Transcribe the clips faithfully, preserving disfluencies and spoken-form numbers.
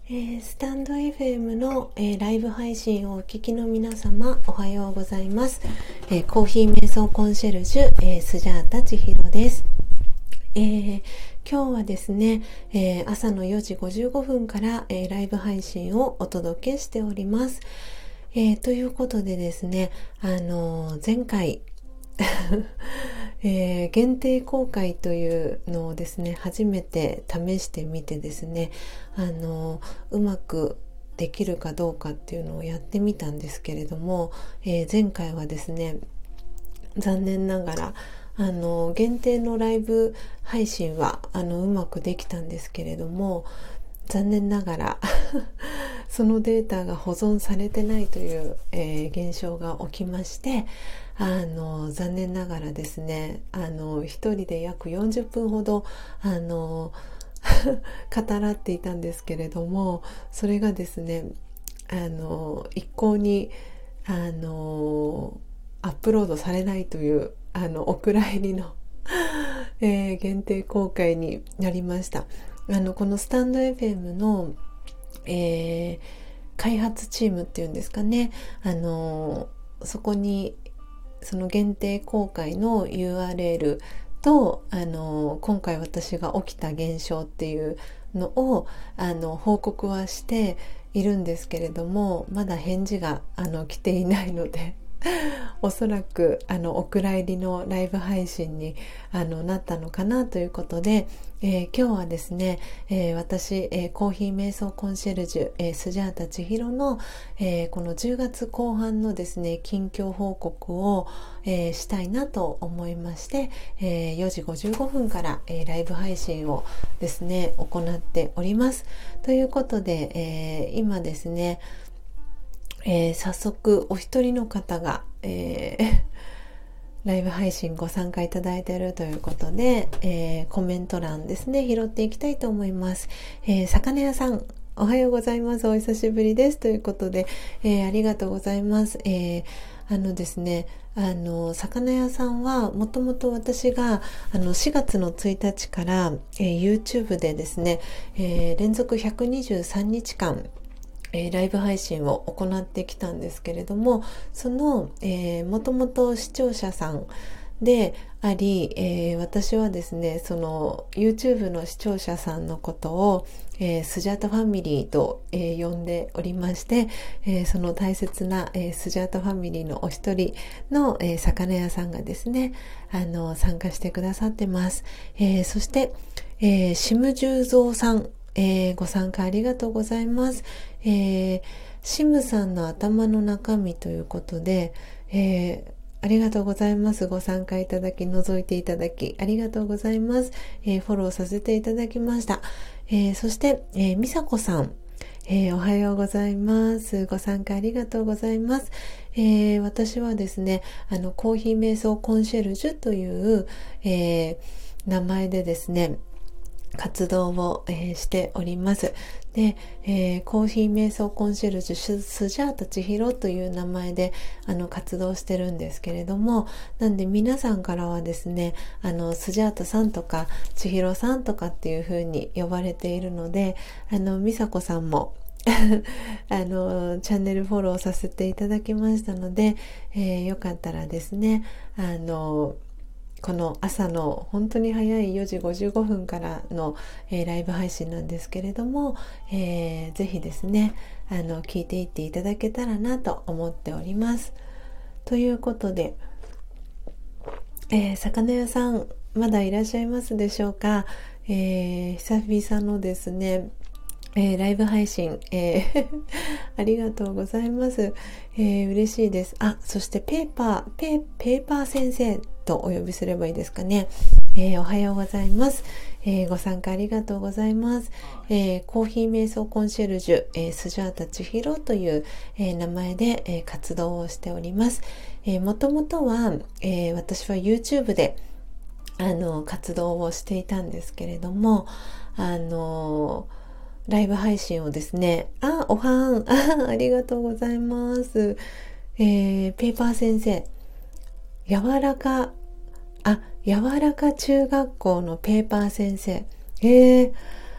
えー、スタンド エフエム の、えー、ライブ配信をお聞きの皆様、おはようございます。えー、コーヒー瞑想コンシェルジュ、えー、スジャータ千尋です。えー、今日はですね、えー、朝のよじごじゅうごふんから、えー、ライブ配信をお届けしております。えー、ということでですね、あのー、前回えー、限定公開というのをですね初めて試してみてですねあのうまくできるかどうかっていうのをやってみたんですけれども、えー、前回はですね残念ながらあの限定のライブ配信はあのうまくできたんですけれども、残念ながらそのデータが保存されてないという、えー、現象が起きまして、あの残念ながらですねあの一人で約よんじゅっぷんほどあの語らっていたんですけれども、それがですねあの一向にあのアップロードされないというあのお蔵入りの、えー、限定公開になりました。あのこのスタンド エフエム の、えー、開発チームっていうんですかね、あのそこにその限定公開の ユーアールエル とあの今回私が起きた現象っていうのをあの報告はしているんですけれども、まだ返事があの来ていないのでおそらくあのお蔵入りのライブ配信にあのなったのかなということで、えー、今日はですね、えー、私、えー、コーヒー瞑想コンシェルジュ、えー、スジャータ千尋の、えー、このじゅうがつこう半のですね近況報告を、えー、したいなと思いまして、えー、よじごじゅうごふんから、えー、ライブ配信をですね行っております。ということで、えー、今ですねえー、早速お一人の方が、えー、ライブ配信ご参加いただいているということで、えー、コメント欄ですね拾っていきたいと思います。えー、魚屋さんおはようございます、お久しぶりですということで、えー、ありがとうございます。えー、あのですねあの魚屋さんはもともと私があのしがつのついたちから、えー、YouTube でですね、えー、連続ひゃくにじゅうさんにちかんえー、ライブ配信を行ってきたんですけれども、その、えー、もともと視聴者さんであり、えー、私はですねその YouTube の視聴者さんのことを、えー、スジャータファミリーと、えー、呼んでおりまして、えー、その大切な、えー、スジャータファミリーのお一人の、えー、魚屋さんがですねあの参加してくださってます。えー、そして、えー、シム十三さん、えー、ご参加ありがとうございます。えー、シムさんの頭の中身ということで、えー、ありがとうございます。ご参加いただき、覗いていただきありがとうございます。えー、フォローさせていただきました。えー、そして、えー、みさこさん、えー、おはようございます。ご参加ありがとうございます。えー、私はですねあのコーヒー瞑想コンシェルジュという、えー、名前でですね活動を、えー、しております。で、えー、コーヒー瞑想コンシェルジュスジャータ千尋という名前であの活動してるんですけれども、なんで皆さんからはですねあのスジャータさんとか千尋さんとかっていう風に呼ばれているので、あの美佐子さんもあのチャンネルフォローさせていただきましたので、えー、よかったらですねあのこの朝の本当に早いよじごじゅうごふんからの、えー、ライブ配信なんですけれども、えー、ぜひですねあの聞いていっていただけたらなと思っております。ということで、えー、魚屋さんまだいらっしゃいますでしょうか。えー、久々のですねえー、ライブ配信、えー、ありがとうございます、えー、嬉しいです。あ、そしてペーパーペー、ペーパー先生とお呼びすればいいですかね。えー、おはようございます、えー、ご参加ありがとうございます。えー、コーヒー瞑想コンシェルジュ、えー、スジャータ千尋という、えー、名前で、えー、活動をしております。えー、もともとは、えー、私は YouTube であの活動をしていたんですけれども、あのーライブ配信をですね、あ、おはん、あ、ありがとうございます。えー、ペーパー先生、柔らか、あ、柔らか中学校のペーパー先生。えー、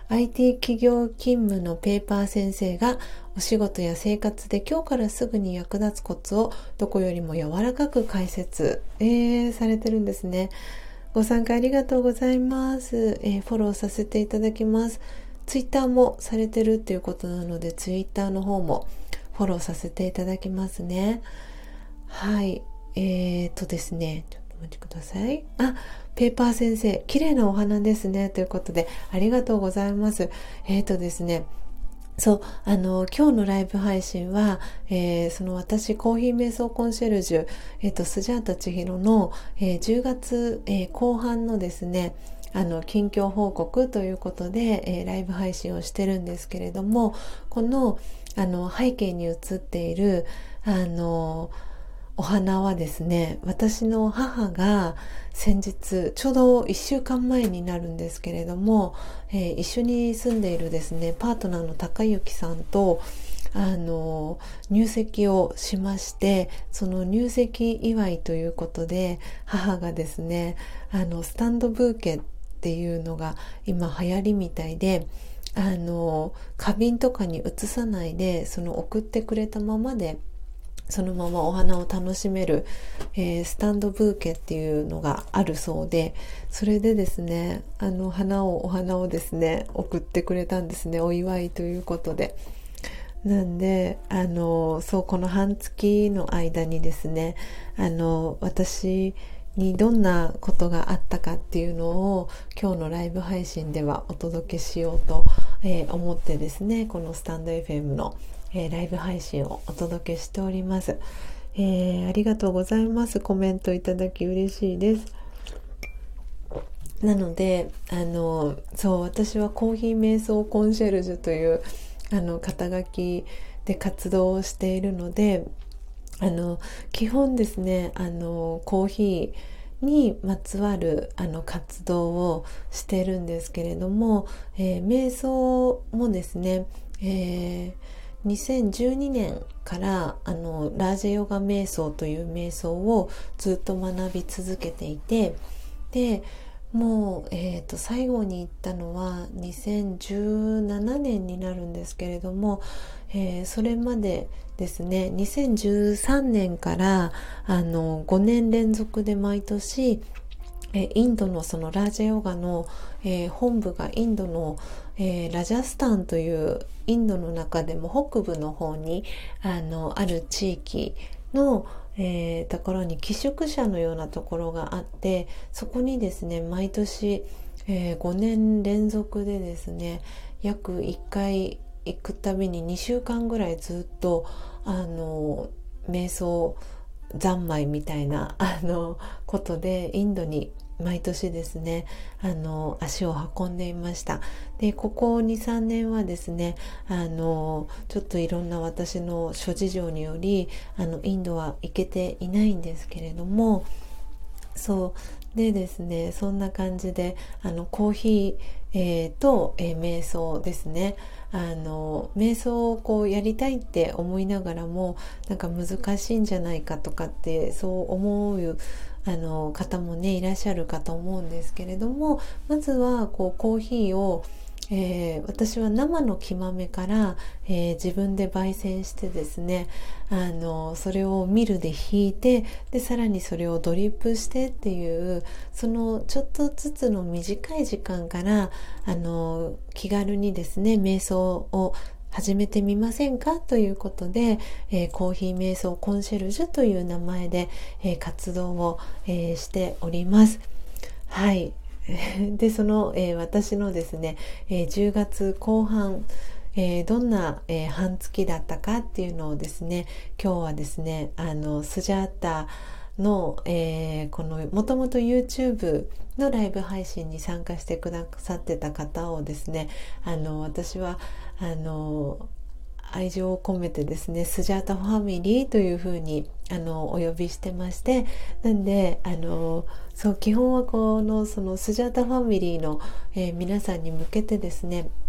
アイティー 企業勤務のペーパー先生がお仕事や生活で今日からすぐに役立つコツをどこよりも柔らかく解説、えー、されてるんですね。ご参加ありがとうございます。えー、フォローさせていただきます。ツイッターもされてるっていうことなので、ツイッターの方もフォローさせていただきますね。はい。えーとですね、ちょっとお待ちください。あ、ペーパー先生、綺麗なお花ですね。ということで、ありがとうございます。えーとですね、そう、あの、今日のライブ配信は、えー、その私、コーヒー瞑想コンシェルジュ、えっ、と、スジャータ千尋の、えー、じゅうがつ、えー、後半のですね、あの、近況報告ということで、えー、ライブ配信をしてるんですけれども、この、あの、背景に映っている、あの、お花はですね、私の母が先日、ちょうどいっしゅうかんまえになるんですけれども、えー、一緒に住んでいるですね、パートナーの高幸さんと、あの、入籍をしまして、その入籍祝いということで、母がですね、あの、スタンドブーケっていうのが今流行りみたいで、あの、花瓶とかに移さないで、その送ってくれたままで、そのままお花を楽しめる、えー、スタンドブーケっていうのがあるそうで、それでですね、あの花をお花をですね送ってくれたんですね。お祝いということで。なんで、あのそうこの半月の間にですね、あの私にどんなことがあったかっていうのを今日のライブ配信ではお届けしようと、えー、思ってですね、このスタンド エフエム のえー、ライブ配信をお届けしております、えー、ありがとうございます。コメントいただき嬉しいです。なのであのそう私はコーヒー瞑想コンシェルジュというあの肩書きで活動をしているので、あの基本ですね、あのコーヒーにまつわるあの活動をしているんですけれども、えー、瞑想もですね、えーにせんじゅうにねんからあのラージェヨガ瞑想という瞑想をずっと学び続けていて、でもう、えーと、最後に行ったのはにせんじゅうななねんになるんですけれども、えー、それまでですね、にせんじゅうさんねんからあのごねん連続で毎年インドのそのラージャヨガの、えー、本部がインドの、えー、ラジャスタンというインドの中でも北部の方に あの、ある地域の、えー、ところに寄宿舎のようなところがあって、そこにですね毎年、えー、ごねん連続でですね約いっかい行くたびににしゅうかんぐらいずっとあの瞑想三昧みたいなあのことでインドに毎年ですねあの足を運んでいました。でここ にさんねんはですねあのちょっといろんな私の諸事情によりあのインドは行けていないんですけれども、そうでですねそんな感じであのコーヒー、えー、と、えー、瞑想ですね、あの瞑想をこうやりたいって思いながらもなんか難しいんじゃないかとかってそう思うあの方もねいらっしゃるかと思うんですけれども、まずはこうコーヒーを、えー、私は生の木豆から、えー、自分で焙煎してですねあのそれをミルでひいて、でさらにそれをドリップしてっていうそのちょっとずつの短い時間からあの気軽にですね瞑想を始めてみませんかということで、えー、コーヒー瞑想コンシェルジュという名前で、えー、活動を、えー、しております。はい。で、その、えー、私のですね、えー、じゅうがつこう半、えー、どんな、えー、半月だったかっていうのをですね、今日はですね、あの、スジャータの、えー、このもともと YouTube のライブ配信に参加してくださってた方をですね、あの私はあの愛情を込めてですねスジャータファミリーというふうにあのお呼びしてまして、なんであのそう基本はこのそのスジャータファミリーの、えー、皆さんに向けてですね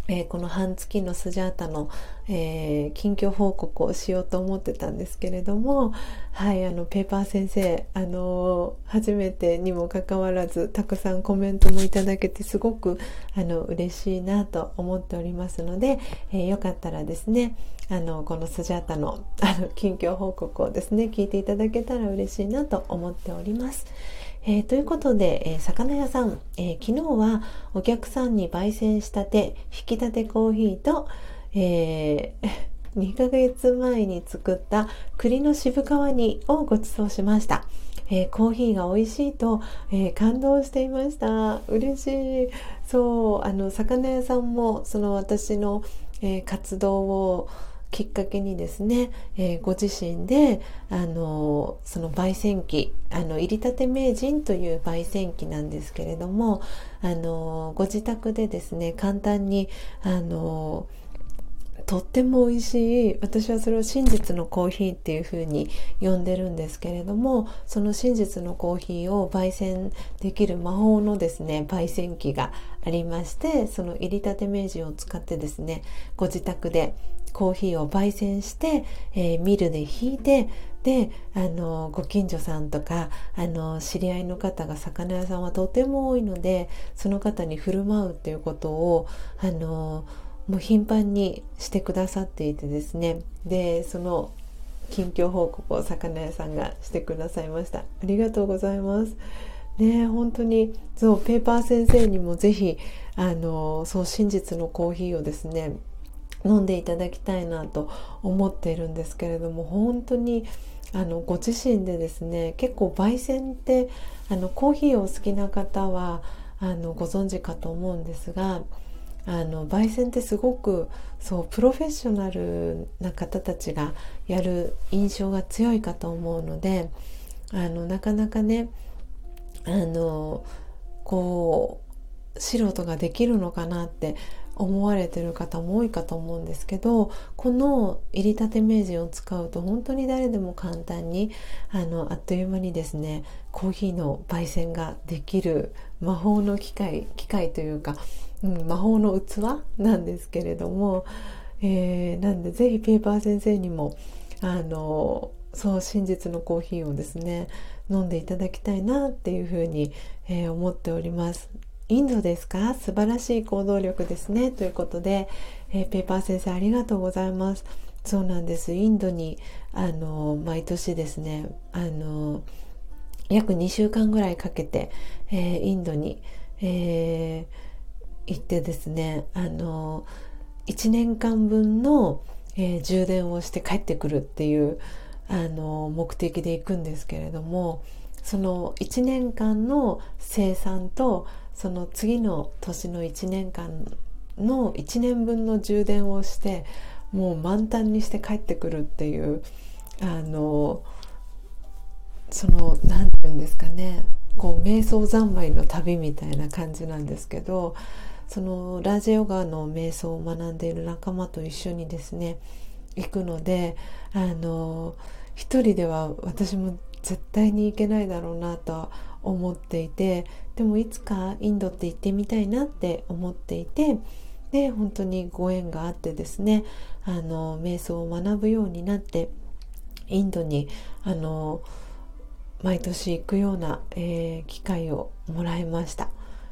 えーこの半月のスジャータの、えー近況報告をしようと思ってたんですけれども、はい、あのペーパー先生、あのー初めてにもかかわらずたくさんコメントもいただけてすごくあの嬉しいなと思っておりますので、えーよかったらですね、あのこのスジャータの、あの近況報告をですね聞いていただけたら嬉しいなと思っております。えーということで、えー魚屋さん、えー昨日はお客さんに焙煎したて引き立てコーヒーと、えーにかげつまえに作った栗の渋皮煮をご馳走しました。えーコーヒーが美味しいと、えー感動していました。嬉しい。そう、あの魚屋さんもその私の、えー活動をきっかけにですね、えーご自身であのその焙煎機、あの入りたて名人という焙煎機なんですけれども、あのご自宅でですね簡単にあのとっても美味しい、私はそれを真実のコーヒーっていう風に呼んでるんですけれども、その真実のコーヒーを焙煎できる魔法のですね焙煎機がありまして、その入りたて名人を使ってですねご自宅でコーヒーを焙煎して、えーミルでひいて、であのご近所さんとかあの知り合いの方が魚屋さんはとても多いので、その方に振る舞うっていうことをあのもう頻繁にしてくださっていてですね、でその近況報告を魚屋さんがしてくださいました。ありがとうございますね。本当にそう、ペーパー先生にもぜひあのそう真実のコーヒーをですね飲んでいただきたいなと思っているんですけれども、本当にあのご自身でですね、結構焙煎ってあのコーヒーをお好きな方はあのご存知かと思うんですが、あの焙煎ってすごくそうプロフェッショナルな方たちがやる印象が強いかと思うので、あのなかなかねあのこう素人ができるのかなって思われてる方も多いかと思うんですけど、この入りたて名人を使うと本当に誰でも簡単にあのあっという間にですねコーヒーの焙煎ができる魔法の機械機械というか、うん、魔法の器なんですけれども、えー、なんでぜひペーパー先生にもあのそう真実のコーヒーをですね飲んでいただきたいなっていうふうに、えー思っております。インドですか？素晴らしい行動力ですね。ということで、えーペーパー先生ありがとうございます。そうなんです。インドにあの毎年ですねあの約にしゅうかんぐらいかけて、えーインドに、えー行ってですね、あのいちねんかんぶんの、えー充電をして帰ってくるっていうあの目的で行くんですけれども、そのいちねんかんの生産とその次の年のいちねんかんのいちねんぶんの充電をしてもう満タンにして帰ってくるっていうあのその何て言うんですかね、こう瞑想三昧の旅みたいな感じなんですけど、そのラージャヨガの瞑想を学んでいる仲間と一緒にですね行くので、あの一人では私も絶対に行けないだろうなとは思っていて、でもいつかインドって行ってみたいなって思っていて、で本当にご縁があってですね、あの瞑想を学ぶようになってインドにあの毎年行くような、えー機会をもらいました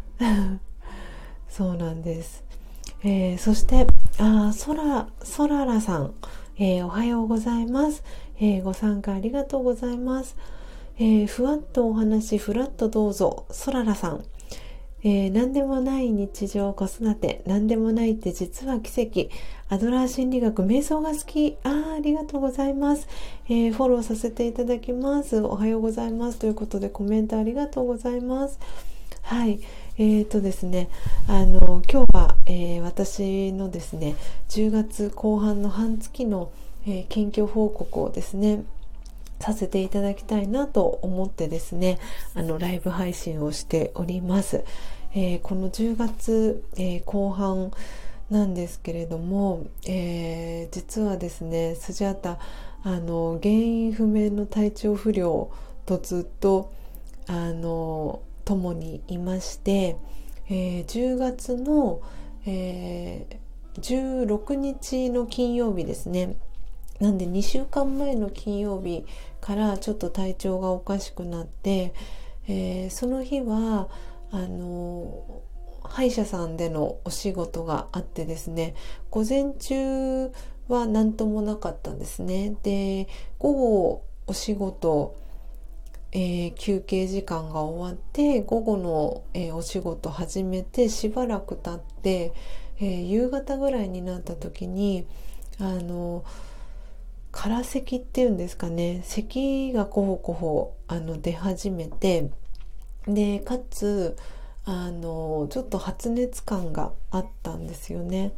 そうなんです。えーそしてあソラソララさん、えーおはようございます。えーご参加ありがとうございます。えーふわっとお話ふらっとどうぞ。ソララさん、えー何でもない日常、子育て、何でもないって実は奇跡、アドラー心理学、瞑想が好き。あーありがとうございます、えーフォローさせていただきます。おはようございますということでコメントありがとうございます。はい、えーとですねあの今日は、えー私のですねじゅうがつこう半の半月の、えー近況報告をですねさせていただきたいなと思ってですねあのライブ配信をしております。えーこのじゅうがつ、えー後半なんですけれども、えー実はですねスジャータあの原因不明の体調不良とずっとあの共にいまして、えーじゅうがつの、えーじゅうろくにちの金曜日ですね。なんでにしゅうかんまえの金曜日からちょっと体調がおかしくなって、えー、その日はあの歯医者さんでのお仕事があってですね、午前中は何ともなかったんですね。で、午後お仕事、えー、休憩時間が終わって午後の、えー、お仕事始めてしばらく経って、えー、夕方ぐらいになった時にあの空咳っていうんですかね、咳がこほこほあの出始めて、でかつあのちょっと発熱感があったんですよね。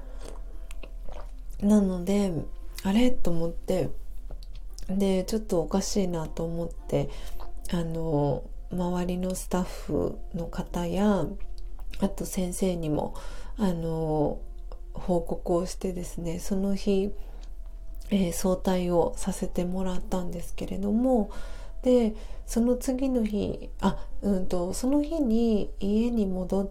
なのであれと思って、でちょっとおかしいなと思って、あの周りのスタッフの方やあと先生にもあの報告をしてですね、その日、えー、早退をさせてもらったんですけれども、でその次の日あ、うんと、その日に家に戻って、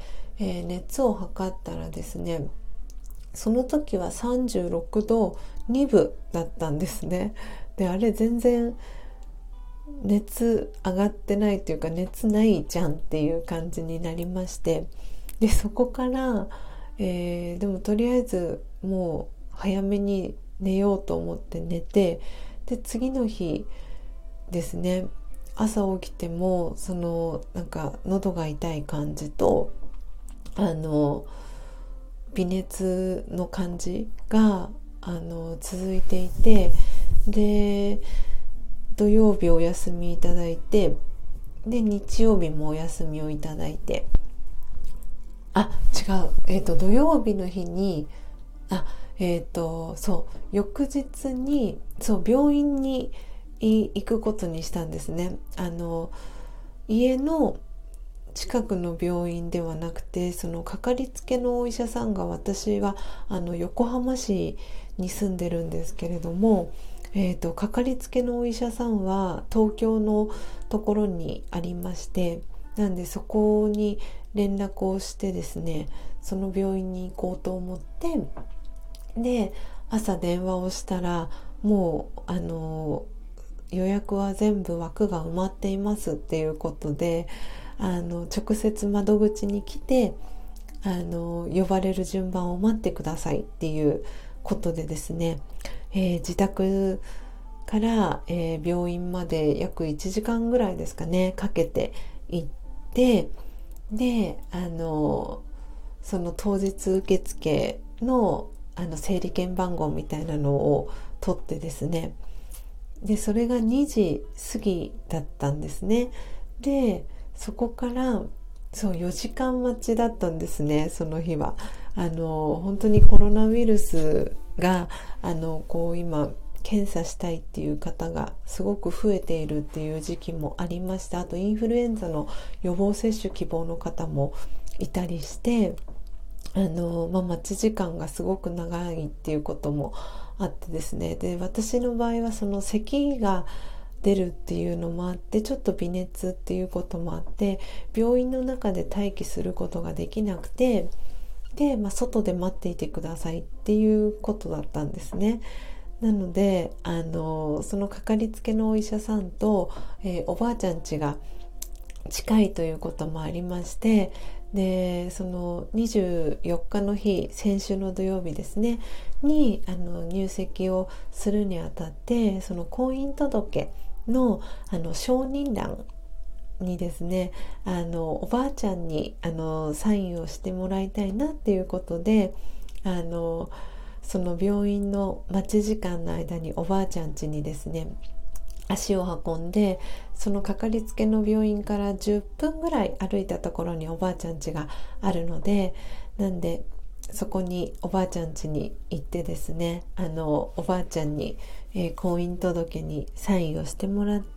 えー、熱を測ったらですね、その時はさんじゅうろくどにぶだったんですね。であれ全然熱上がってないというか熱ないじゃんっていう感じになりまして、でそこから、えー、でもとりあえずもう早めに寝ようと思って寝て、で次の日ですね、朝起きてもそのなんか喉が痛い感じとあの微熱の感じがあの続いていて、で土曜日お休みいただいて、で日曜日もお休みをいただいて、あ違うえっ、ー、と土曜日の日にあえっ、ー、とそう翌日にそう病院に行くことにしたんですね。あの家の近くの病院ではなくて、そのかかりつけのお医者さんが、私はあの横浜市に住んでるんですけれども、えーと、かかりつけのお医者さんは東京のところにありまして、なんでそこに連絡をしてですね、その病院に行こうと思って、で朝電話をしたら、もうあの予約は全部枠が埋まっていますっていうことで、あの直接窓口に来てあの呼ばれる順番を待ってくださいっていうことでですね、えー、自宅から、えー、病院まで約いちじかんぐらいですかねかけて行って、であのその当日受付のあの整理券番号みたいなのを取ってですね、でそれがにじ過ぎだったんですね。でそこからそうよじかん待ちだったんですね、その日は。あの本当にコロナウイルスがあのこう今検査したいっていう方がすごく増えているっていう時期もありました。あとインフルエンザの予防接種希望の方もいたりして、あの、まあ、待ち時間がすごく長いっていうこともあってですね、で私の場合はその咳が出るっていうのもあって、ちょっと微熱っていうこともあって、病院の中で待機することができなくて、で、まあ、外で待っていてくださいっていうことだったんですね。なのであのそのかかりつけのお医者さんと、えー、おばあちゃん家が近いということもありまして、でそのにじゅうよっかの日、先週の土曜日ですねにあの入籍をするにあたって、その婚姻届のあの承認欄にですね、あのおばあちゃんにあのサインをしてもらいたいなっていうことで、あのその病院の待ち時間の間におばあちゃん家にですね足を運んで、そのかかりつけの病院からじゅっぷんぐらい歩いたところにおばあちゃん家があるので、なんでそこにおばあちゃん家に行ってですね、あのおばあちゃんに、えー、婚姻届にサインをしてもらって、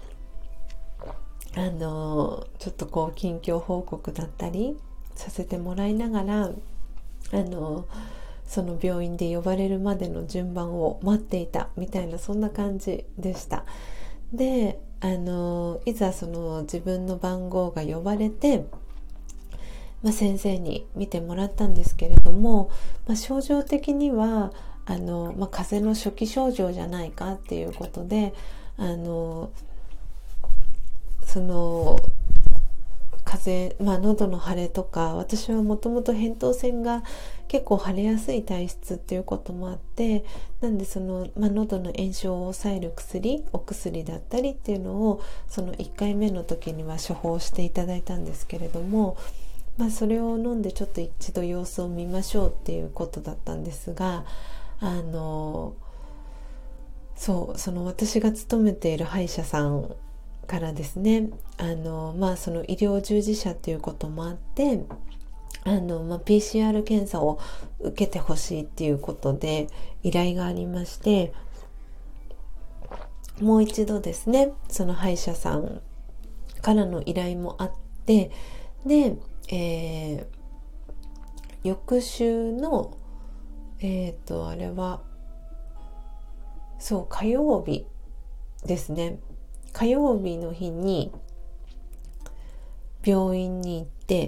あのちょっとこう近況報告だったりさせてもらいながら、あのその病院で呼ばれるまでの順番を待っていたみたいな、そんな感じでした。であのいざその自分の番号が呼ばれて、 まあ、先生に見てもらったんですけれども、まあ、症状的にはあの、まあ、風邪の初期症状じゃないかっていうことで、あのその風邪、まあ、喉の腫れとか、私はもともと扁桃腺が結構腫れやすい体質っていうこともあって、なんでその、まあ、喉の炎症を抑える薬、お薬だったりっていうのをそのいっかいめの時には処方していただいたんですけれども、まあ、それを飲んでちょっと一度様子を見ましょうっていうことだったんですが、あのそうその私が勤めている歯医者さんからですね、あの、まあ、その医療従事者っていうこともあって、あの、まあ、ピーシーアール 検査を受けてほしいっていうことで依頼がありまして、もう一度ですね、その歯医者さんからの依頼もあって、で、えー、翌週のえっとあれはそう火曜日ですね、火曜日の日に病院に行って、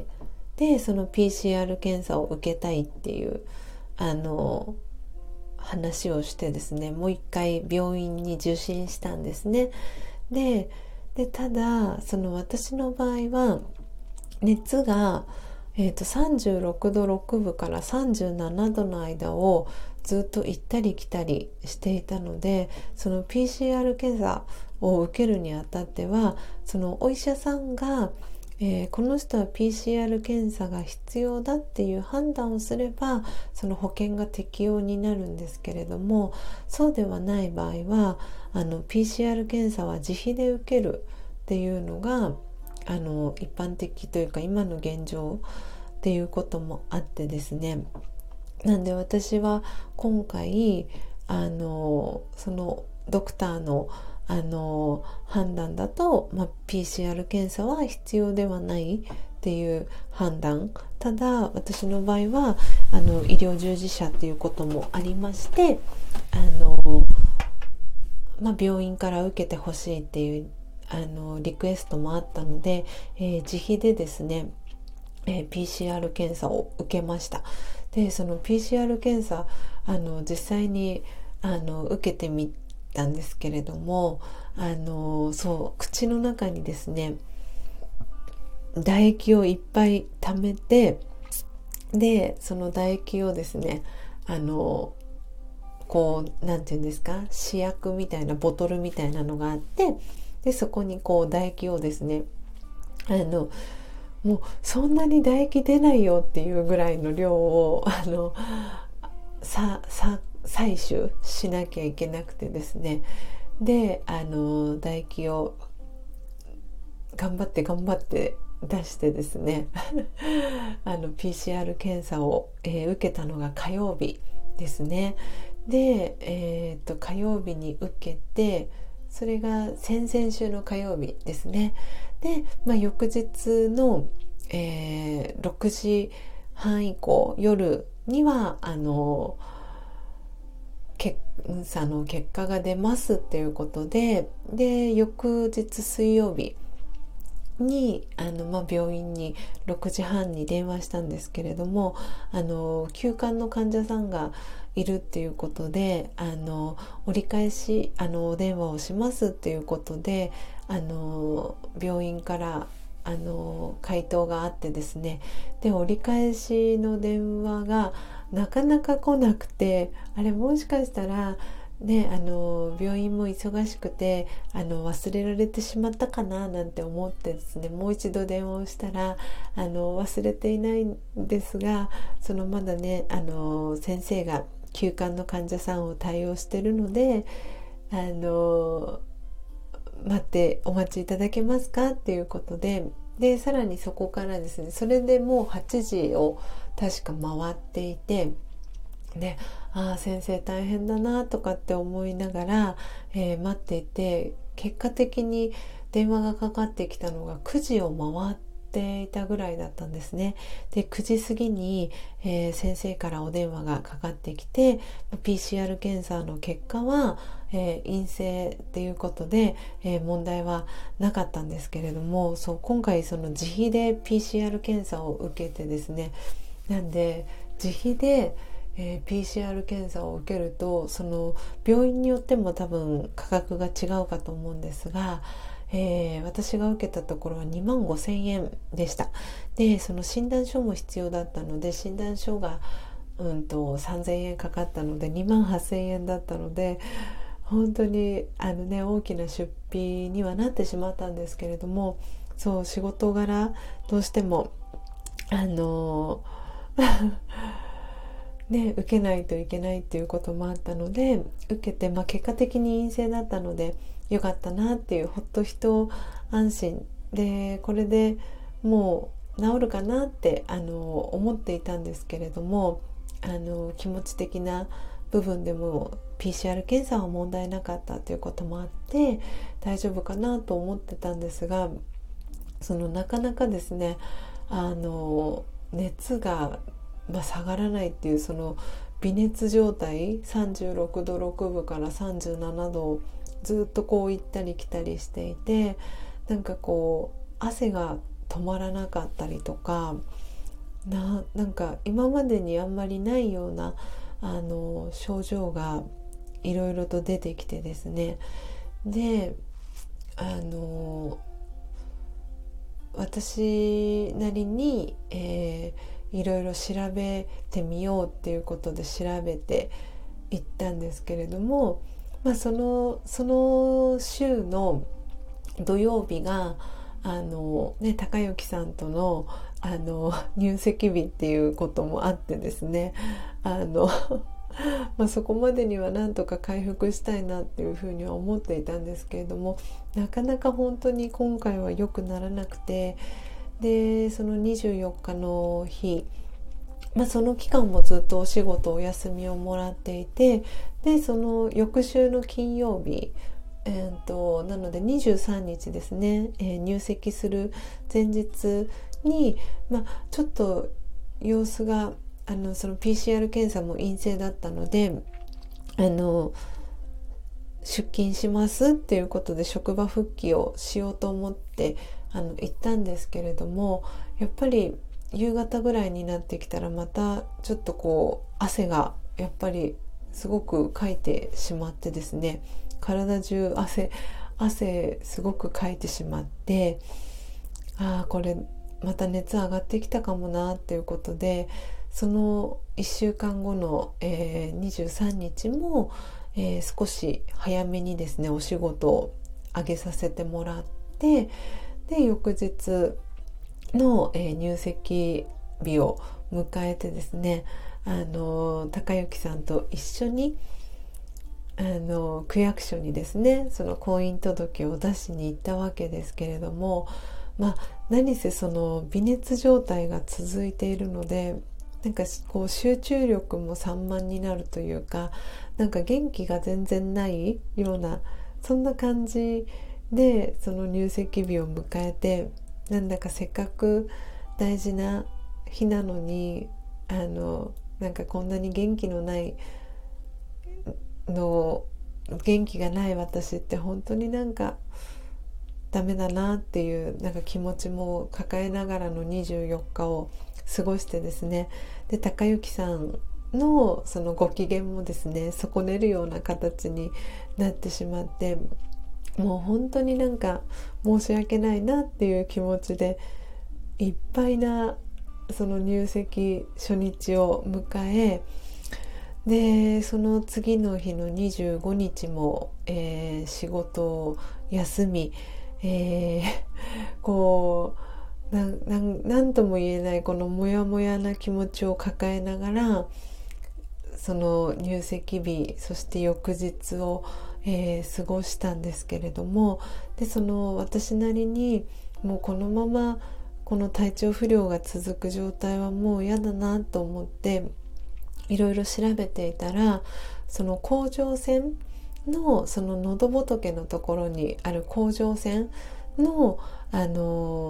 でその ピーシーアール 検査を受けたいっていうあの話をしてですね、もう一回病院に受診したんですね。で、でただその私の場合は熱が、えーと、さんじゅうろくどろくぶからさんじゅうななどの間をずっと行ったり来たりしていたので、その ピーシーアール 検査を受けるにあたっては、そのお医者さんが、えー、この人は ピーシーアール 検査が必要だっていう判断をすればその保険が適用になるんですけれども、そうではない場合はあの ピーシーアール 検査は自費で受けるっていうのがあの一般的というか今の現状っていうこともあってですね、なんで私は今回あのそのドクターのあの判断だと、まあ、ピーシーアール 検査は必要ではないっていう判断。ただ私の場合はあの医療従事者っていうこともありまして、あの、まあ、病院から受けてほしいっていうあのリクエストもあったので、えー、自費でですね、えー、ピーシーアール 検査を受けました。でその ピーシーアール 検査あの実際にあの受けてみたんですけれども、あのそう口の中にですね唾液をいっぱい溜めて、でその唾液をですねあのこうなんていうんですか、試薬みたいなボトルみたいなのがあって、でそこにこう唾液をですねあのもうそんなに唾液出ないよっていうぐらいの量をあのささ採取しなきゃいけなくてですね、であの唾液を頑張って頑張って出してですねあの ピーシーアール 検査を、えー、受けたのが火曜日ですね。で、えー、と火曜日に受けて、それが先々週の火曜日ですね。で、まあ、翌日の、えー、ろくじはん以降夜にはあの検査の結果が出ますっていうことで、で翌日水曜日にあの、まあ、病院にろくじはんに電話したんですけれども、あの急患の患者さんがいるっていうことで、あの折り返しあのお電話をしますっていうことで、あの病院からあの回答があってですね、で折り返しの電話がなかなか来なくて、あれもしかしたらね、あの病院も忙しくてあの忘れられてしまったかななんて思ってですね、もう一度電話をしたらあの忘れていないんですが、そのまだねあの先生が急患の患者さんを対応しているので、あの待ってお待ちいただけますかっていうことで、でさらにそこからですね、それでもうはちじを確か回っていて、でああ先生大変だなとかって思いながら、えー、待っていて、結果的に電話がかかってきたのがくじを回っっていたぐらいだったんですね。でくじ過ぎに、えー、先生からお電話がかかってきて ピーシーアール 検査の結果は、えー、陰性っていうことで、えー、問題はなかったんですけれども、そう今回その自費で ピーシーアール 検査を受けてですね、なんで自費でえー、ピーシーアール 検査を受けると、その病院によっても多分価格が違うかと思うんですが、えー、私が受けたところはにまんごせんえんでした。でその診断書も必要だったので、診断書が、うんと、さんぜんえんかかったのでにまんはっせんえんだったので、本当にあの、ね、大きな出費にはなってしまったんですけれども、そう仕事柄どうしてもあのね、受けないといけないっていうこともあったので受けて、まあ、結果的に陰性だったのでよかったなっていう、ほっと一安心で、これでもう治るかなってあの思っていたんですけれども、あの気持ち的な部分でも ピーシーアール 検査は問題なかったということもあって大丈夫かなと思ってたんですが、そのなかなかですね、あの熱がまあ、下がらないっていう、その微熱状態、さんじゅうろくどろくぶからさんじゅうななどをずっとこう行ったり来たりしていて、なんかこう汗が止まらなかったりとか、な, なんか今までにあんまりないようなあの症状がいろいろと出てきてですね、であの私なりに、えーいろいろ調べてみようっていうことで調べていったんですけれども、まあ、そのその週の土曜日があの、ね、高之さんとの、あの入籍日っていうこともあってですね、あのまあそこまでにはなんとか回復したいなっていうふうには思っていたんですけれども、なかなか本当に今回は良くならなくて、でそのにじゅうよっかの日、まあ、その期間もずっとお仕事お休みをもらっていて、でその翌週の金曜日、えー、となのでにじゅうさんにちですね、えー、入籍する前日に、まあ、ちょっと様子があのその ピーシーアール 検査も陰性だったので、あの出勤しますっていうことで職場復帰をしようと思ってあの行ったんですけれども、やっぱり夕方ぐらいになってきたらまたちょっとこう汗がやっぱりすごくかいてしまってですね、体中汗汗すごくかいてしまって、ああこれまた熱上がってきたかもなっていうことで、そのいっしゅうかんごの、えー、にじゅうさんにちも、えー、少し早めにですねお仕事を上げさせてもらって、で翌日の、えー、入籍日を迎えてですね、あの高之さんと一緒にあの区役所にですねその婚姻届を出しに行ったわけですけれども、まあ何せその微熱状態が続いているので、なんかこう集中力も散漫になるというか、なんか元気が全然ないようなそんな感じでその入籍日を迎えて、なんだかせっかく大事な日なのにあのなんかこんなに元気のないの元気がない私って本当になんかダメだなっていうなんか気持ちも抱えながらのにじゅうよっかを過ごしてですね、で高之さんのそのご機嫌もですね損ねるような形になってしまって、もう本当になんか申し訳ないなっていう気持ちでいっぱいなその入籍初日を迎え、でその次の日のにじゅうごにちも、えー、仕事を休み、えー、こうな, な, なんとも言えないこのモヤモヤな気持ちを抱えながらその入籍日そして翌日を、えー、過ごしたんですけれども、でその私なりにもうこのままこの体調不良が続く状態はもう嫌だなと思っていろいろ調べていたら、その甲状腺のその喉仏のところにある甲状腺の、あの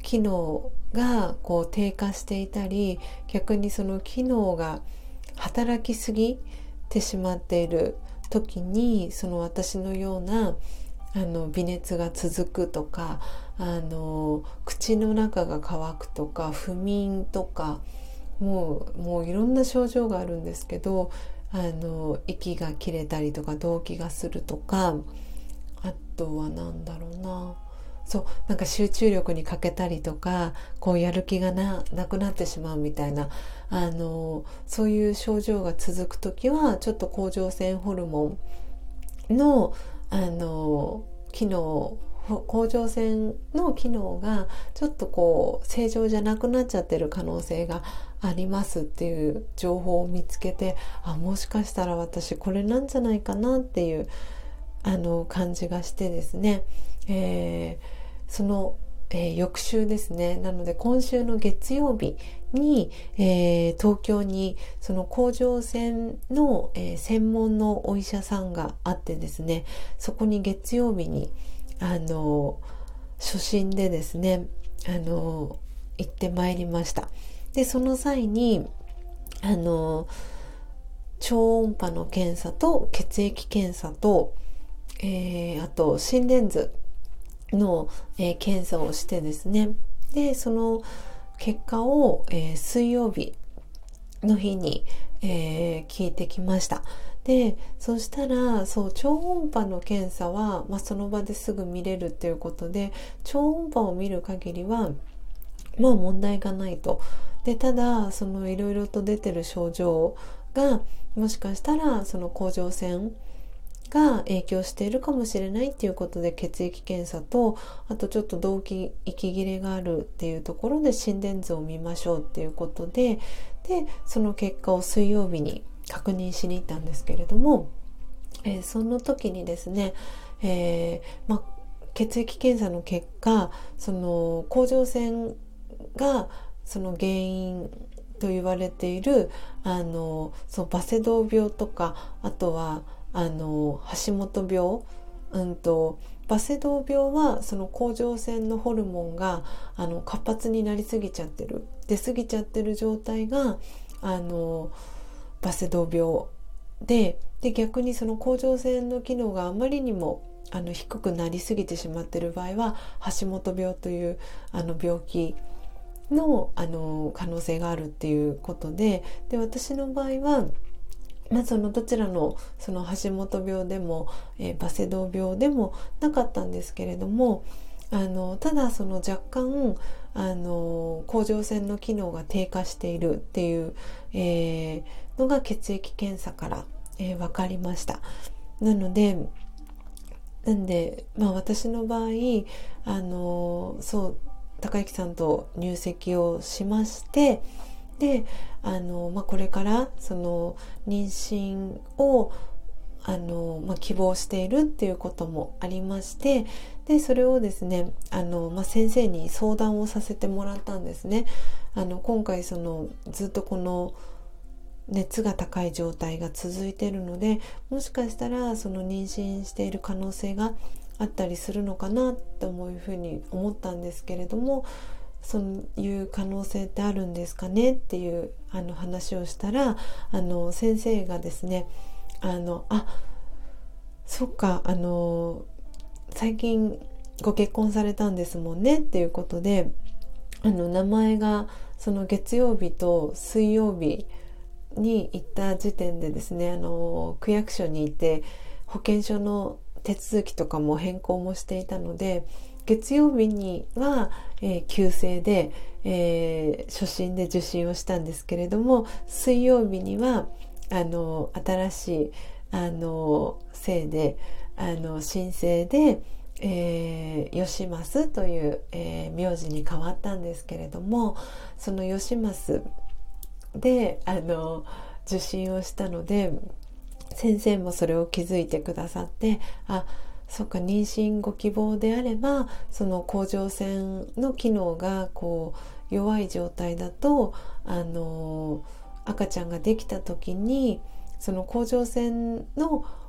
機能がこう低下していたり、逆にその機能が働きすぎてしまっている時に、その私のようなあの微熱が続くとか、あの口の中が渇くとか、不眠とか、もう、もういろんな症状があるんですけど、あの息が切れたりとか、動悸がするとか、あとはなんだろうな、そうなんか集中力に欠けたりとか、こうやる気が な, なくなってしまうみたいな、あのそういう症状が続くときは、ちょっと甲状腺ホルモンのあの機能、甲状腺の機能がちょっとこう正常じゃなくなっちゃってる可能性がありますっていう情報を見つけて、あ、もしかしたら私これなんじゃないかなっていうあの感じがしてですね、えー、その、えー、翌週ですね、なので今週の月曜日に、えー、東京にその甲状腺の、えー、専門のお医者さんがあってですね、そこに月曜日にあの初診でですね、あの行ってまいりました。でその際にあの超音波の検査と血液検査と、えー、あと心電図の、えー、検査をしてですね、でその結果を、えー、水曜日の日に、えー、聞いてきました。でそしたら、そう超音波の検査は、まあ、その場ですぐ見れるっていうことで、超音波を見る限りはまあ問題がないと。でただそのいろいろと出てる症状がもしかしたらその甲状腺が影響しているかもしれないっていうことで、血液検査と、あとちょっと動悸、息切れがあるっていうところで心電図を見ましょうっていうことで、でその結果を水曜日に確認しに行ったんですけれども、えー、その時にですね、えーまあ、血液検査の結果、その甲状腺がその原因と言われているあのそうバセドウ病とか、あとはあの橋本病、うんとバセドウ病はその甲状腺のホルモンがあの活発になりすぎちゃってる、出過ぎちゃってる状態があのバセドウ病で、で逆にその甲状腺の機能があまりにもあの低くなりすぎてしまっている場合は橋本病というあの病気の、あの可能性があるっていうことで、で私の場合は、まあ、そのどちらのその橋本病でも、えー、バセドウ病でもなかったんですけれども、あのただその若干あの甲状腺の機能が低下しているっていう、えー、のが血液検査から、えー、分かりました。なのでなんで、まあ、私の場合あのそう高之さんと入籍をしまして、であの、まあ、これからその妊娠をあの、まあ、希望しているっていうこともありまして、でそれをですねあの、まあ、先生に相談をさせてもらったんですね。あの今回そのずっとこの熱が高い状態が続いているので、もしかしたらその妊娠している可能性があったりするのかなというふうに思ったんですけれども、そういう可能性ってあるんですかねっていうあの話をしたら、あの先生がですね、あのあそっかあの最近ご結婚されたんですもんねっていうことで、あの名前がその月曜日と水曜日に行った時点でですね、あの区役所に行って保険証の手続きとかも変更もしていたので、月曜日には、えー、急性で、えー、初診で受診をしたんですけれども、水曜日にはあの新しいあの姓であの新姓で、えー、吉増という、えー、名字に変わったんですけれども、その吉増であの受診をしたので、先生もそれを気づいてくださって、あそっか妊娠ご希望であればその甲状腺の機能がこう弱い状態だと、あの赤ちゃんができた時にその甲状腺の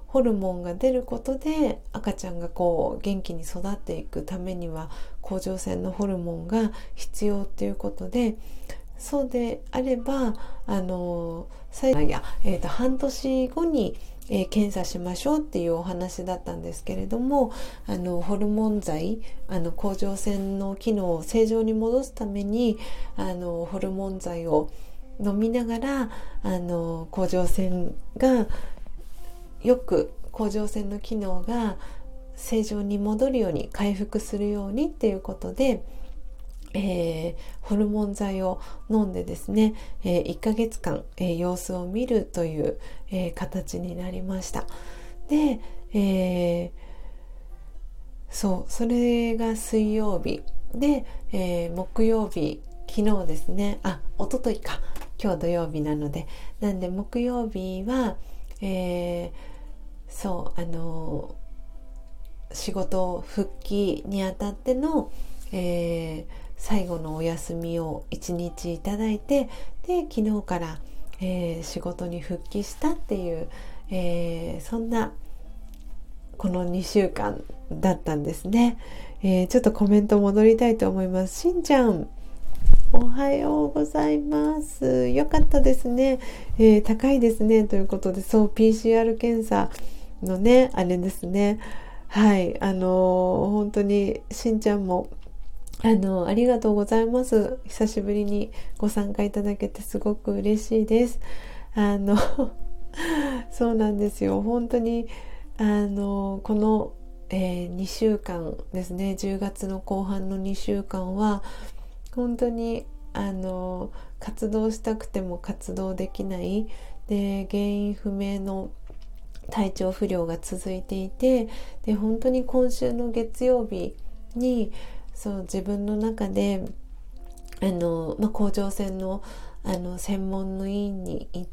ホルモンが出ることで赤ちゃんがこう元気に育っていくためには甲状腺のホルモンが必要っていうことで、そうであればあの最いや、えーと、半年後に、えー、検査しましょうっていうお話だったんですけれども、あのホルモン剤、あの甲状腺の機能を正常に戻すためにあのホルモン剤を飲みながらあの甲状腺がよく甲状腺の機能が正常に戻るように回復するようにっていうことで、えー、ホルモン剤を飲んでですね、えー、いっかげつかん、えー、様子を見るという、えー、形になりました。で、えー、そうそれが水曜日で、えー、木曜日、昨日ですね、あ、一昨日か、今日土曜日なので、なんで木曜日は、えー、そうあの仕事復帰にあたっての、えー、最後のお休みをいちにちいただいて、で昨日から、えー、仕事に復帰したっていう、えー、そんなこのにしゅうかんだったんですね。えー、ちょっとコメント戻りたいと思います。しんちゃん、おはようございます。よかったですね、えー、高いですねということで、そう ピーシーアール 検査のね、あれですね。はい、あのー、本当にしんちゃんもあのー、ありがとうございます。久しぶりにご参加いただけてすごく嬉しいです。あのそうなんですよ。本当にあのー、この、えー、にしゅうかんですね、じゅうがつの後半のにしゅうかんは本当にあの活動したくても活動できないで、原因不明の体調不良が続いていて、で本当に今週の月曜日にそう自分の中であの、まあ、甲状腺の、あの専門の医院に行って、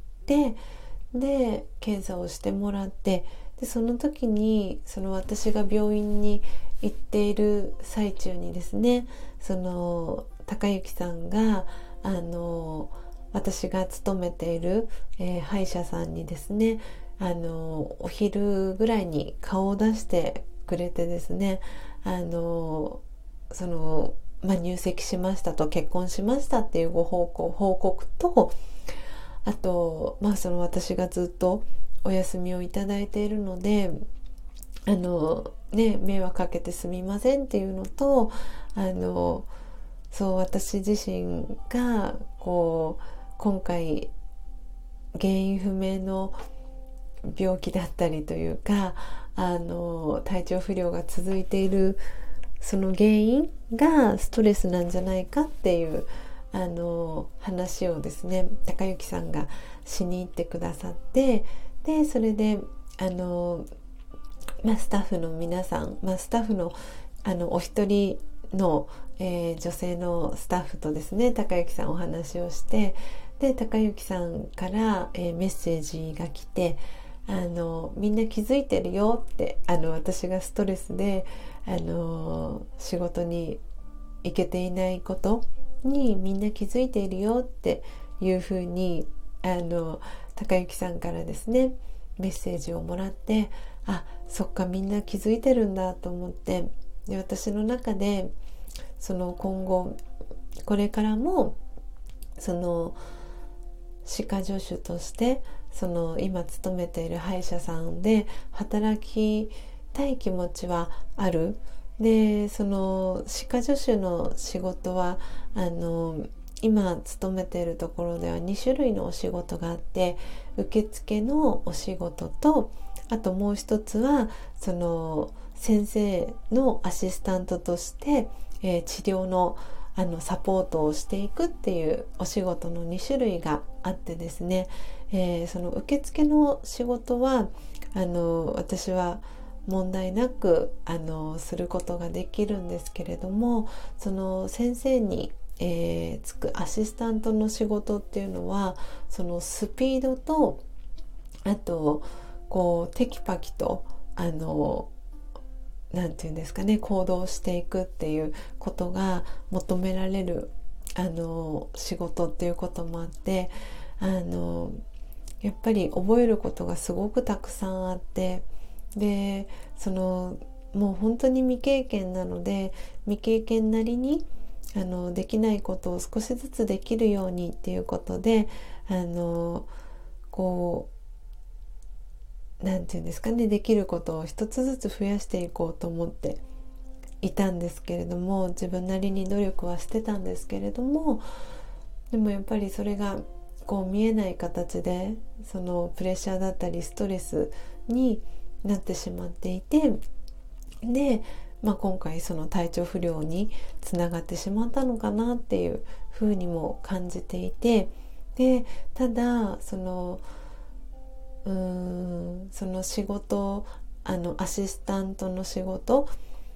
で検査をしてもらって、でその時にその私が病院に行っている最中にですね、その高幸さんがあの私が勤めている、えー、歯医者さんにですね、あのお昼ぐらいに顔を出してくれてですね、あのその、まあ、入籍しましたと、結婚しましたっていうご報告、報告と、あと、まあ、その私がずっとお休みをいただいているので、あのね、迷惑かけてすみませんっていうのと、あのそう私自身がこう今回原因不明の病気だったりというか、あの体調不良が続いているその原因がストレスなんじゃないかっていうあの話をですね、高幸さんがしに行ってくださって、でそれであの、まあ、スタッフの皆さん、まあ、スタッフのあのお一人の、えー、女性のスタッフとですね、高幸さんお話をして、で高幸さんから、えー、メッセージが来て、あのみんな気づいてるよって、あの私がストレスであの仕事に行けていないことにみんな気づいているよっていうふうにあの高幸さんからですねメッセージをもらって、あ、そっか、みんな気づいてるんだと思って、で私の中でその今後これからもその歯科助手としてその今勤めている歯医者さんで働きたい気持ちはある。でその歯科助手の仕事はあの今勤めているところではに種類のお仕事があって、受付のお仕事と、あともう一つはその先生のアシスタントとして、えー、治療のあのサポートをしていくっていうお仕事のに種類があってですね、えー、その受付の仕事はあの私は問題なくあのすることができるんですけれども、その先生に、えー、つくアシスタントの仕事っていうのはそのスピードと、あとこうテキパキとあのなんていうんですかね、行動していくっていうことが求められるあの仕事っていうこともあって、あのやっぱり覚えることがすごくたくさんあって、でそのもう本当に未経験なので、未経験なりにあのできないことを少しずつできるようにっていうことで、あのこうなんていうんですかね、できることを一つずつ増やしていこうと思っていたんですけれども、自分なりに努力はしてたんですけれども、でもやっぱりそれがこう見えない形でそのプレッシャーだったりストレスになってしまっていて、で、まあ、今回その体調不良につながってしまったのかなっていうふうにも感じていて、でただそのうーんその仕事、あのアシスタントの仕事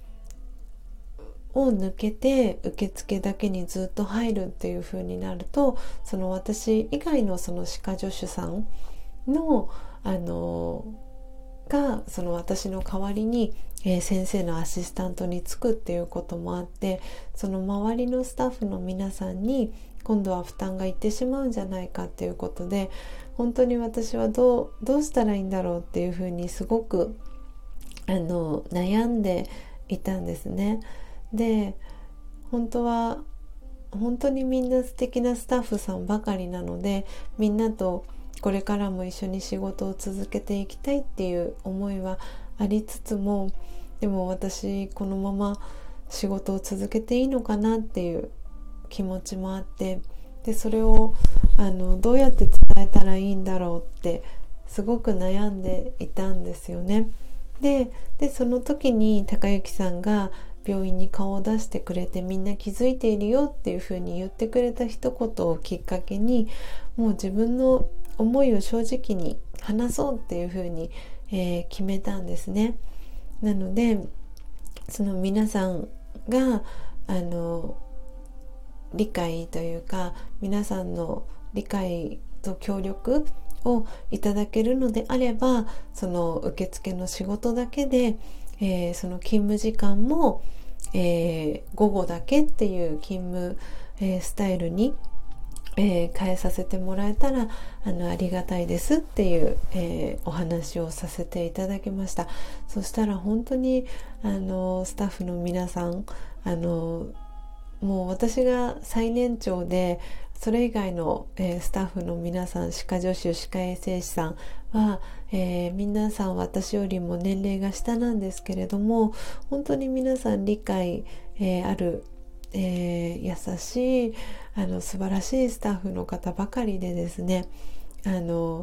を抜けて受付だけにずっと入るっていう風になると、その私以外のその歯科助手さんのあのがその私の代わりに、えー、先生のアシスタントに就くっていうこともあって、その周りのスタッフの皆さんに今度は負担がいってしまうんじゃないかっていうことで、本当に私はどう、どうしたらいいんだろうっていうふうにすごくあの悩んでいたんですね。で本当は本当にみんな素敵なスタッフさんばかりなので、みんなとこれからも一緒に仕事を続けていきたいっていう思いはありつつも、でも私このまま仕事を続けていいのかなっていう気持ちもあって、でそれをあのどうやって伝えたらいいんだろうってすごく悩んでいたんですよね。で、でその時に高之さんが病院に顔を出してくれて、みんな気づいているよっていう風に言ってくれた一言をきっかけに、もう自分の思いを正直に話そうっていう風に、えー、決めたんですね。なのでその皆さんがあの理解というか、皆さんの理解と協力をいただけるのであれば、その受付の仕事だけで、えー、その勤務時間も、えー、午後だけっていう勤務、えー、スタイルに、えー、変えさせてもらえたら あのありがたいですっていう、えー、お話をさせていただきました。そしたら本当にあのスタッフの皆さん、あのもう私が最年長で、それ以外の、えー、スタッフの皆さん、歯科助手、歯科衛生士さんは、えー、皆さん私よりも年齢が下なんですけれども、本当に皆さん理解、えー、ある、えー、優しいあの素晴らしいスタッフの方ばかりでですね、あの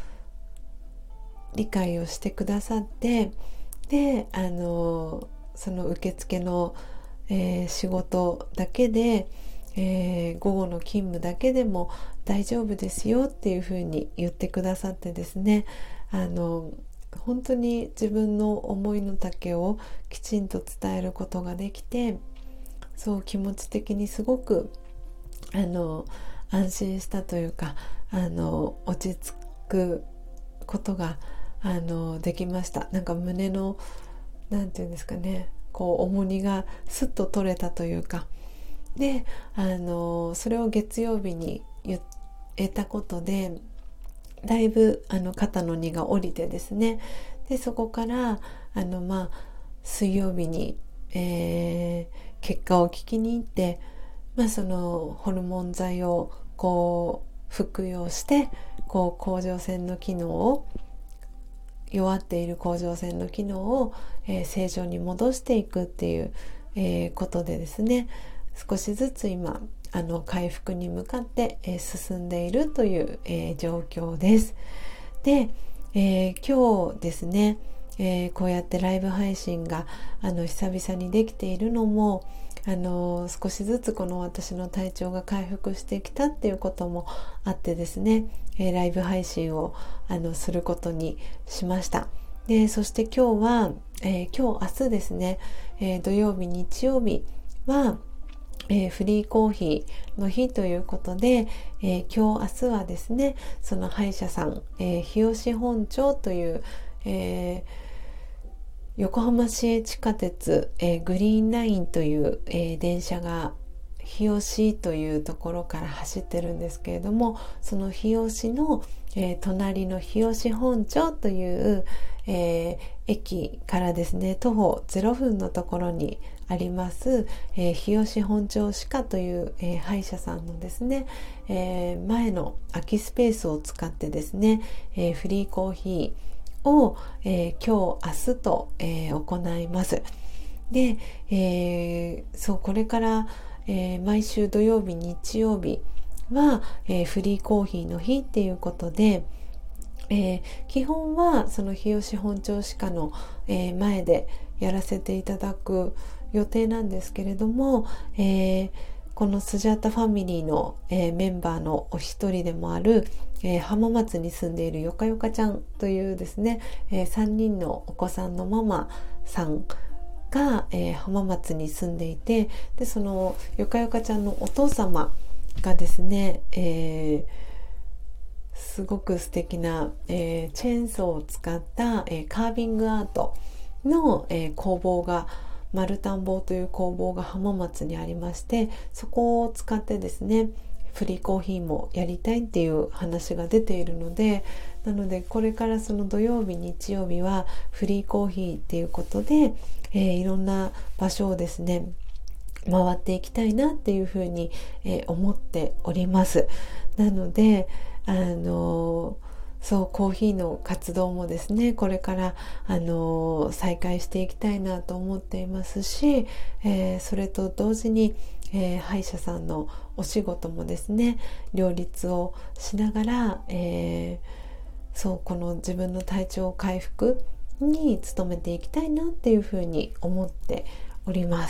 理解をしてくださって、であのその受付のえー、仕事だけで、えー、午後の勤務だけでも大丈夫ですよっていうふうに言ってくださってですね、あの本当に自分の思いの丈をきちんと伝えることができて、そう気持ち的にすごくあの安心したというか、あの落ち着くことがあのできました。なんか胸のなんていうんですかね、こう重荷がスッと取れたというか、であのそれを月曜日に言えたことで、だいぶあの肩の荷が下りてですね、でそこからあの、まあ、水曜日に、えー、結果を聞きに行って、まあ、そのホルモン剤をこう服用して、こう甲状腺の機能を弱っている甲状腺の機能を、えー、正常に戻していくっていう、えー、ことでですね、少しずつ今あの回復に向かって、えー、進んでいるという、えー、状況です。で、えー、今日ですね、えー、こうやってライブ配信があの久々にできているのも、あの少しずつこの私の体調が回復してきたっていうこともあってですね、えー、ライブ配信をあのすることにしました。でそして今日は、えー、今日明日ですね、えー、土曜日日曜日は、えー、フリーコーヒーの日ということで、えー、今日明日はですね、その歯医者さん、えー、日吉本町という、えー横浜市営地下鉄、えー、グリーンラインという、えー、電車が日吉というところから走ってるんですけれども、その日吉の、 えー、隣の日吉本町という、えー、駅からですね徒歩ゼロふんのところにあります、えー、日吉本町歯科という、えー、歯医者さんのですね、えー、前の空きスペースを使ってですね、えー、フリーコーヒーを、えー、今日明日と、えー、行います。で、えー、そうこれから、えー、毎週土曜日日曜日は、えー、フリーコーヒーの日っていうことで、えー、基本はその日吉本町歯科の、えー、前でやらせていただく予定なんですけれども、えー、このスジャータファミリーの、えー、メンバーのお一人でもある、えー、浜松に住んでいるよかよかちゃんというですね、えー、さんにんのお子さんのママさんが、えー、浜松に住んでいて、でそのよかよかちゃんのお父様がですね、えー、すごく素敵な、えー、チェーンソーを使った、えー、カービングアートの、えー、工房が丸田んぼという工房が浜松にありまして、そこを使ってですねフリーコーヒーもやりたいっていう話が出ているので、なのでこれからその土曜日日曜日はフリーコーヒーっていうことで、えー、いろんな場所をですね回っていきたいなっていうふうに、えー、思っております。なのであのそうコーヒーの活動もですねこれからあの再開していきたいなと思っていますし、えー、それと同時に、えー、歯医者さんのお仕事もですね両立をしながら、えー、そうこの自分の体調回復に努めていきたいなっていうふうに思っております。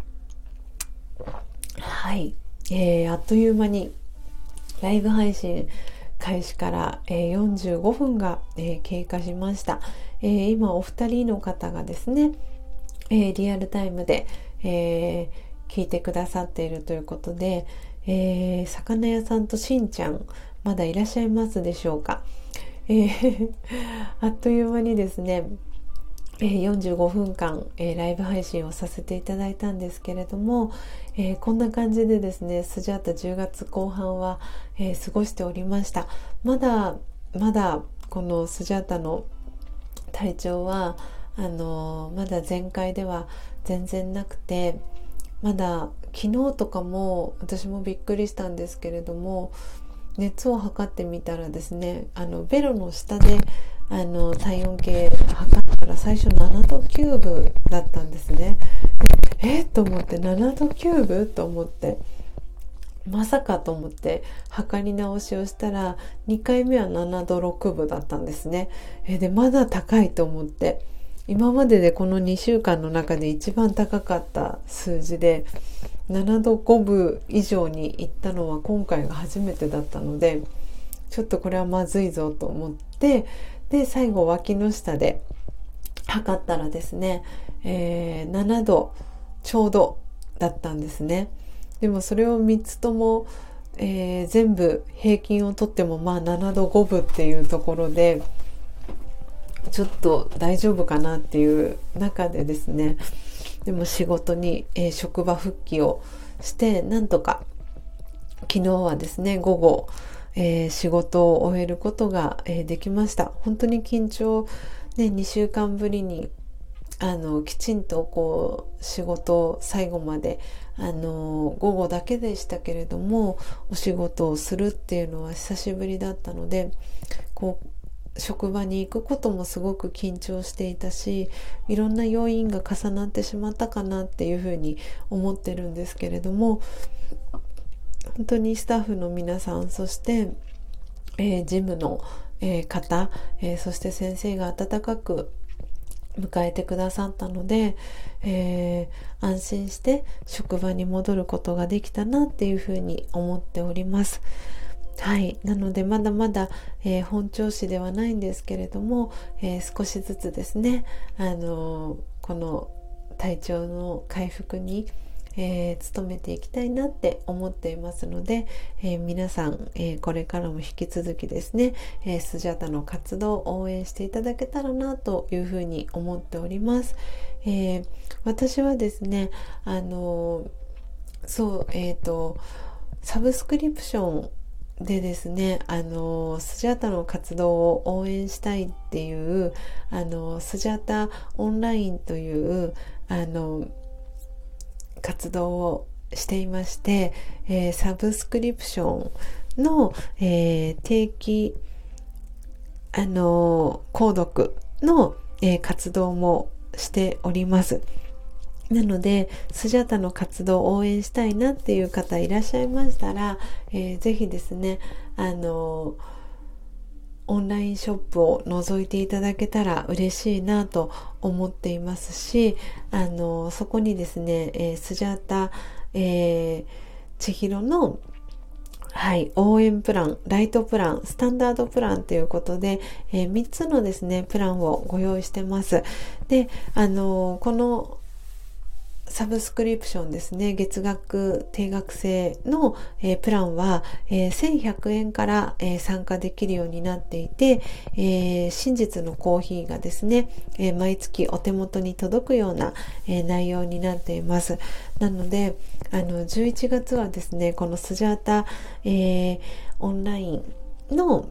はい、えー、あっという間にライブ配信開始から、えー、よんじゅうごふんが、えー、経過しました。えー、今お二人の方がですね、えー、リアルタイムで、えー、聞いてくださっているということで、えー、魚屋さんとしんちゃんまだいらっしゃいますでしょうか。えー、あっという間にですねよんじゅうごふんかん、えー、ライブ配信をさせていただいたんですけれども、えー、こんな感じでですねスジャータじゅうがつこう半は、えー、過ごしておりました。まだまだこのスジャータの体調はあのー、まだ全開では全然なくて、まだ昨日とかも私もびっくりしたんですけれども、熱を測ってみたらですねあのベロの下であの体温計測ったら最初ななどきゅうぶだったんですね。でえっと思ってななどきゅうぶと思ってまさかと思って測り直しをしたらにかいめはななどろくぶだったんですね。えでまだ高いと思って、今まででこのにしゅうかんの中で一番高かった数字でななどごぶ以上に行ったのは今回が初めてだったので、ちょっとこれはまずいぞと思って、で最後脇の下で測ったらですね、えー、ななどちょうどだったんですね。でもそれをみっつとも、えー、全部平均をとってもまあななどごぶっていうところでちょっと大丈夫かなっていう中でですね、でも仕事に、えー、職場復帰をしてなんとか昨日はですね午後、えー、仕事を終えることが、えー、できました。本当に緊張、ね、にしゅうかんぶりにあのきちんとこう仕事を最後まであの午後だけでしたけれどもお仕事をするっていうのは久しぶりだったので、こう職場に行くこともすごく緊張していたし、いろんな要因が重なってしまったかなっていうふうに思ってるんですけれども、本当にスタッフの皆さん、そして、えー、事務の、えー、方、えー、そして先生が温かく迎えてくださったので、えー、安心して職場に戻ることができたなっていうふうに思っております。はい、なのでまだまだ、えー、本調子ではないんですけれども、えー、少しずつですね、あのー、この体調の回復に、えー、努めていきたいなって思っていますので、えー、皆さん、えー、これからも引き続きですね、えー、スジャタの活動を応援していただけたらなというふうに思っております。えー、私はですね、あのそう、えっと、サブスクリプションでですね、あのスジャータの活動を応援したいっていうあのスジャータオンラインというあの活動をしていまして、えー、サブスクリプションの、えー、定期あの購読の、えー、活動もしております。なのでスジャータの活動を応援したいなっていう方いらっしゃいましたら、えー、ぜひですねあのオンラインショップを覗いていただけたら嬉しいなと思っていますし、あのそこにですね、えー、スジャータ、えー、千尋のはい、応援プラン、ライトプラン、スタンダードプランということで、えー、みっつのですねプランをご用意してます。で、あのこのサブスクリプションですね、月額定額制の、えー、プランは、えー、せんひゃくえんから、えー、参加できるようになっていて、えー、真実のコーヒーがですね、えー、毎月お手元に届くような、えー、内容になっています。なのであのじゅういちがつはですね、このスジャータ、えー、オンラインの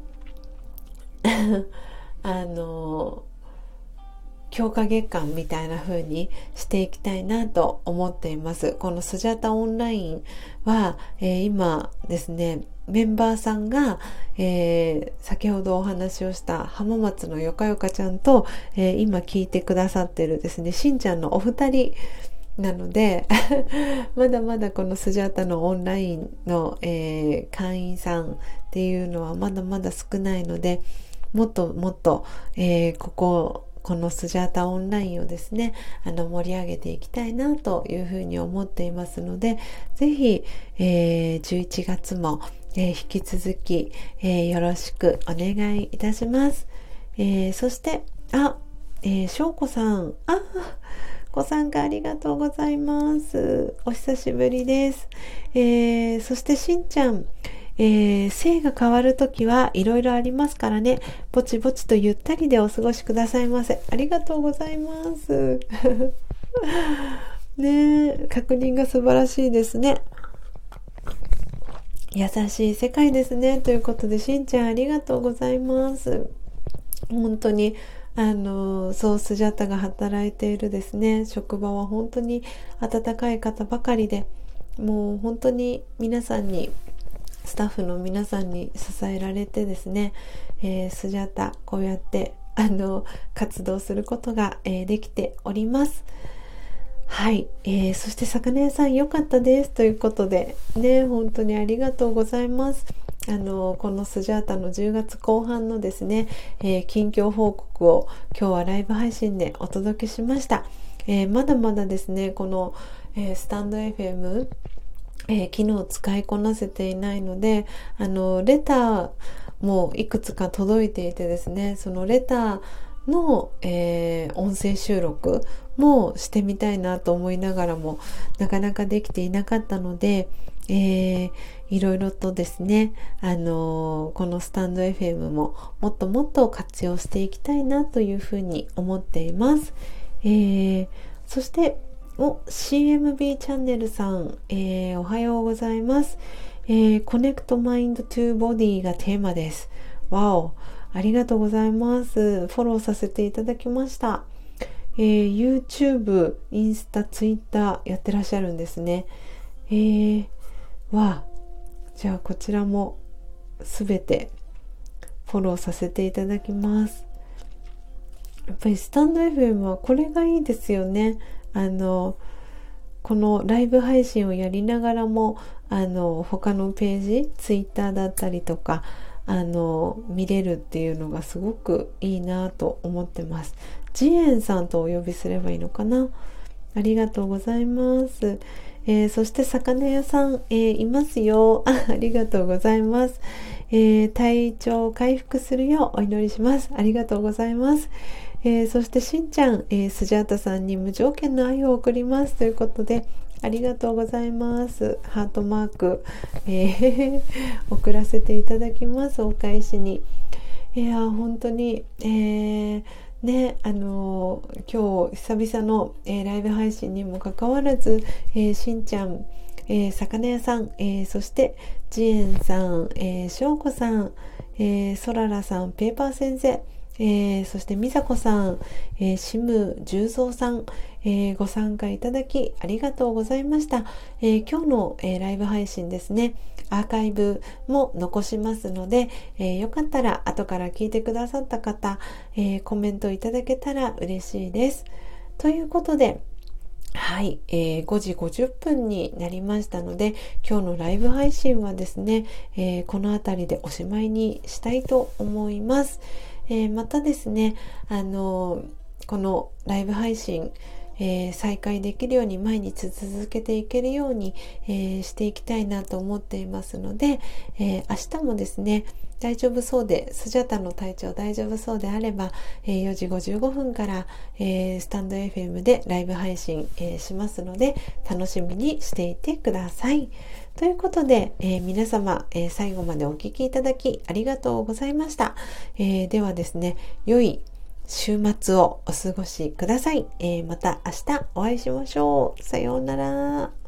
あの強化月間みたいな風にしていきたいなと思っています。このスジャータオンラインは、えー、今ですねメンバーさんが、えー、先ほどお話をした浜松のよかよかちゃんと、えー、今聞いてくださってるですねしんちゃんのお二人なのでまだまだこのスジャータのオンラインの、えー、会員さんっていうのはまだまだ少ないので、もっともっと、えー、こここのスジャータオンラインをですねあの盛り上げていきたいなというふうに思っていますので、ぜひ、えー、じゅういちがつも、えー、引き続き、えー、よろしくお願いいたします。えー、そしてあ、えー、しょうこさんあご参加ありがとうございます。お久しぶりです。えー、そしてしんちゃん、えー、性が変わるときはいろいろありますからね、ぼちぼちとゆったりでお過ごしくださいませ。ありがとうございます。ねえ、確認が素晴らしいですね。優しい世界ですね。ということで、しんちゃんありがとうございます。本当にあのそうスジャタが働いているですね職場は本当に温かい方ばかりで、もう本当に皆さんにスタッフの皆さんに支えられてですね、えー、スジャタこうやってあの活動することが、えー、できております。はい、えー、そして魚屋さん良かったですということでね、本当にありがとうございます。あのこのスジャータのじゅうがつこう半のですね、えー、近況報告を今日はライブ配信でお届けしました。えー、まだまだですねこの、えー、スタンド エフエム、えー、機能を使いこなせていないので、あのレターもいくつか届いていてですね、そのレターの、えー、音声収録もしてみたいなと思いながらもなかなかできていなかったので、えー、いろいろとですね、あのー、このスタンド エフエム ももっともっと活用していきたいなというふうに思っています。えー、そしてお シーエムビー チャンネルさん、えー、おはようございます。えー、コネクトマインドトゥーボディがテーマです。わお、ありがとうございます。フォローさせていただきました。えー、YouTube、インスタ、Twitter やってらっしゃるんですね。えー、わあ、じゃあこちらもすべてフォローさせていただきます。やっぱりスタンド エフエム はこれがいいですよね。あのこのライブ配信をやりながらもあの他のページ、Twitter だったりとかあの見れるっていうのがすごくいいなと思ってます。ジエンさんとお呼びすればいいのかな。ありがとうございます。えー、そして魚屋さん、えー、いますよ。あ、ありがとうございます。えー、体調回復するようお祈りします。ありがとうございます。えー、そしてしんちゃん、えー、スジャータさんに無条件の愛を送りますということでありがとうございます。ハートマーク、えー、送らせていただきます。お返しに。いや本当に、えーね、あのー、今日久々の、えー、ライブ配信にもかかわらず、えー、しんちゃんえー、魚屋さん、えー、そしてジエンさん、えー、しょうこさん、えー、ソララさん、ペーパー先生、えー、そしてみさこさん、えー、シム十三さん、えー、ご参加いただきありがとうございました。えー、今日の、えー、ライブ配信ですね、アーカイブも残しますので、えー、よかったら後から聞いてくださった方、えー、コメントいただけたら嬉しいです。ということで、はい、えー、ごじごじゅっぷんになりましたので、今日のライブ配信はですね、えー、この辺りでおしまいにしたいと思います。えー、またですね、あのこのライブ配信、えー、再開できるように毎日続けていけるように、えー、していきたいなと思っていますので、えー、明日もですね、大丈夫そうで、スジャタの体調大丈夫そうであれば、えー、よじごじゅうごふんから、えー、スタンド エフエム でライブ配信、えー、しますので、楽しみにしていてください。ということで、えー、皆様、えー、最後までお聞きいただきありがとうございました。えー、ではですね、良い週末をお過ごしください。えー、また明日お会いしましょう。さようなら。